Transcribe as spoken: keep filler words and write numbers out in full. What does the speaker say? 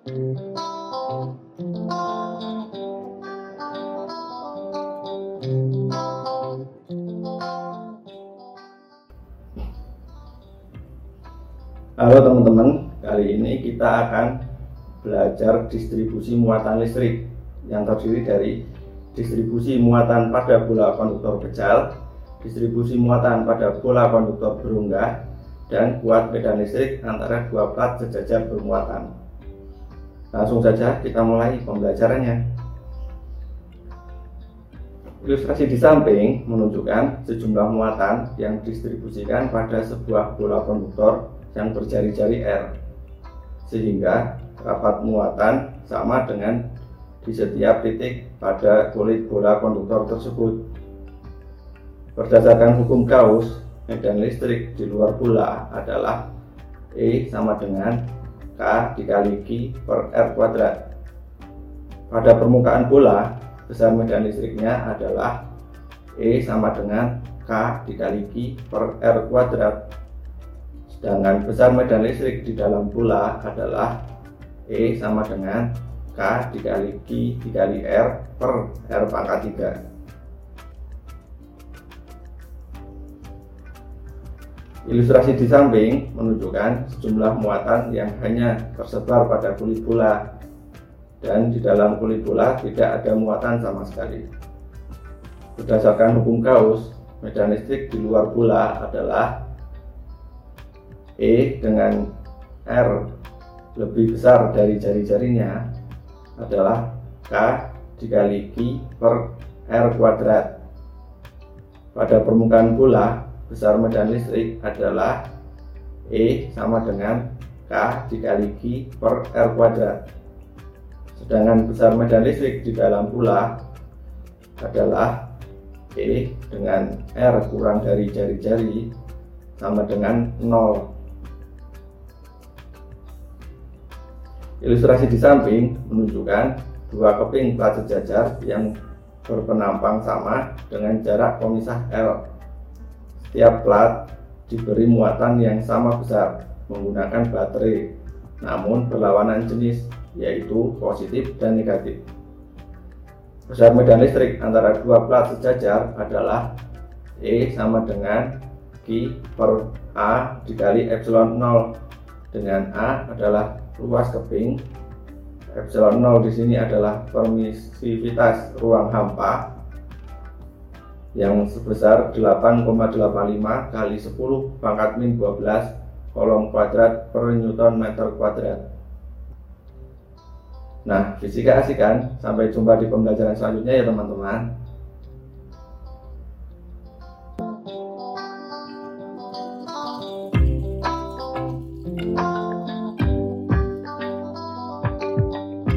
Halo teman-teman, kali ini kita akan belajar distribusi muatan listrik yang terdiri dari distribusi muatan pada bola konduktor pejal, distribusi muatan pada bola konduktor berunggah, dan kuat medan listrik antara dua plat sejajar bermuatan. Langsung saja kita mulai pembelajarannya. Ilustrasi di samping menunjukkan sejumlah muatan yang didistribusikan pada sebuah bola konduktor yang berjari-jari R, sehingga rapat muatan sama dengan di setiap titik pada kulit bola konduktor tersebut. Berdasarkan hukum Gauss, medan listrik di luar bola adalah E sama dengan K dikali Q per R kuadrat. Pada permukaan bola, besar medan listriknya adalah E sama dengan K dikali Q per R kuadrat. Sedangkan besar medan listrik di dalam bola adalah E sama dengan K dikali Q dikali R per R pangkat tiga. Ilustrasi di samping menunjukkan sejumlah muatan yang hanya tersebar pada kulit bola, dan di dalam kulit bola tidak ada muatan sama sekali. Berdasarkan hukum Gauss, medan listrik di luar bola adalah E dengan R lebih besar dari jari-jarinya adalah K dikali Q per R kuadrat. Pada permukaan bola, besar medan listrik adalah E sama dengan K dikali Q per R kuadrat. Sedangkan besar medan listrik di dalam bola adalah E dengan R kurang dari jari-jari sama dengan nol. Ilustrasi di samping menunjukkan dua keping plat sejajar yang berpenampang sama dengan jarak pemisah L. Setiap plat diberi muatan yang sama besar menggunakan baterai, namun berlawanan jenis, yaitu positif dan negatif. Besar medan listrik antara dua plat sejajar adalah E sama dengan Q per A dikali epsilon nol, dengan A adalah luas keping, epsilon nol di sini adalah permisivitas ruang hampa yang sebesar delapan koma delapan lima kali sepuluh pangkat min dua belas kolom kuadrat per newton meter kuadrat. Nah, fisika asik kan? Sampai jumpa di pembelajaran selanjutnya ya teman-teman.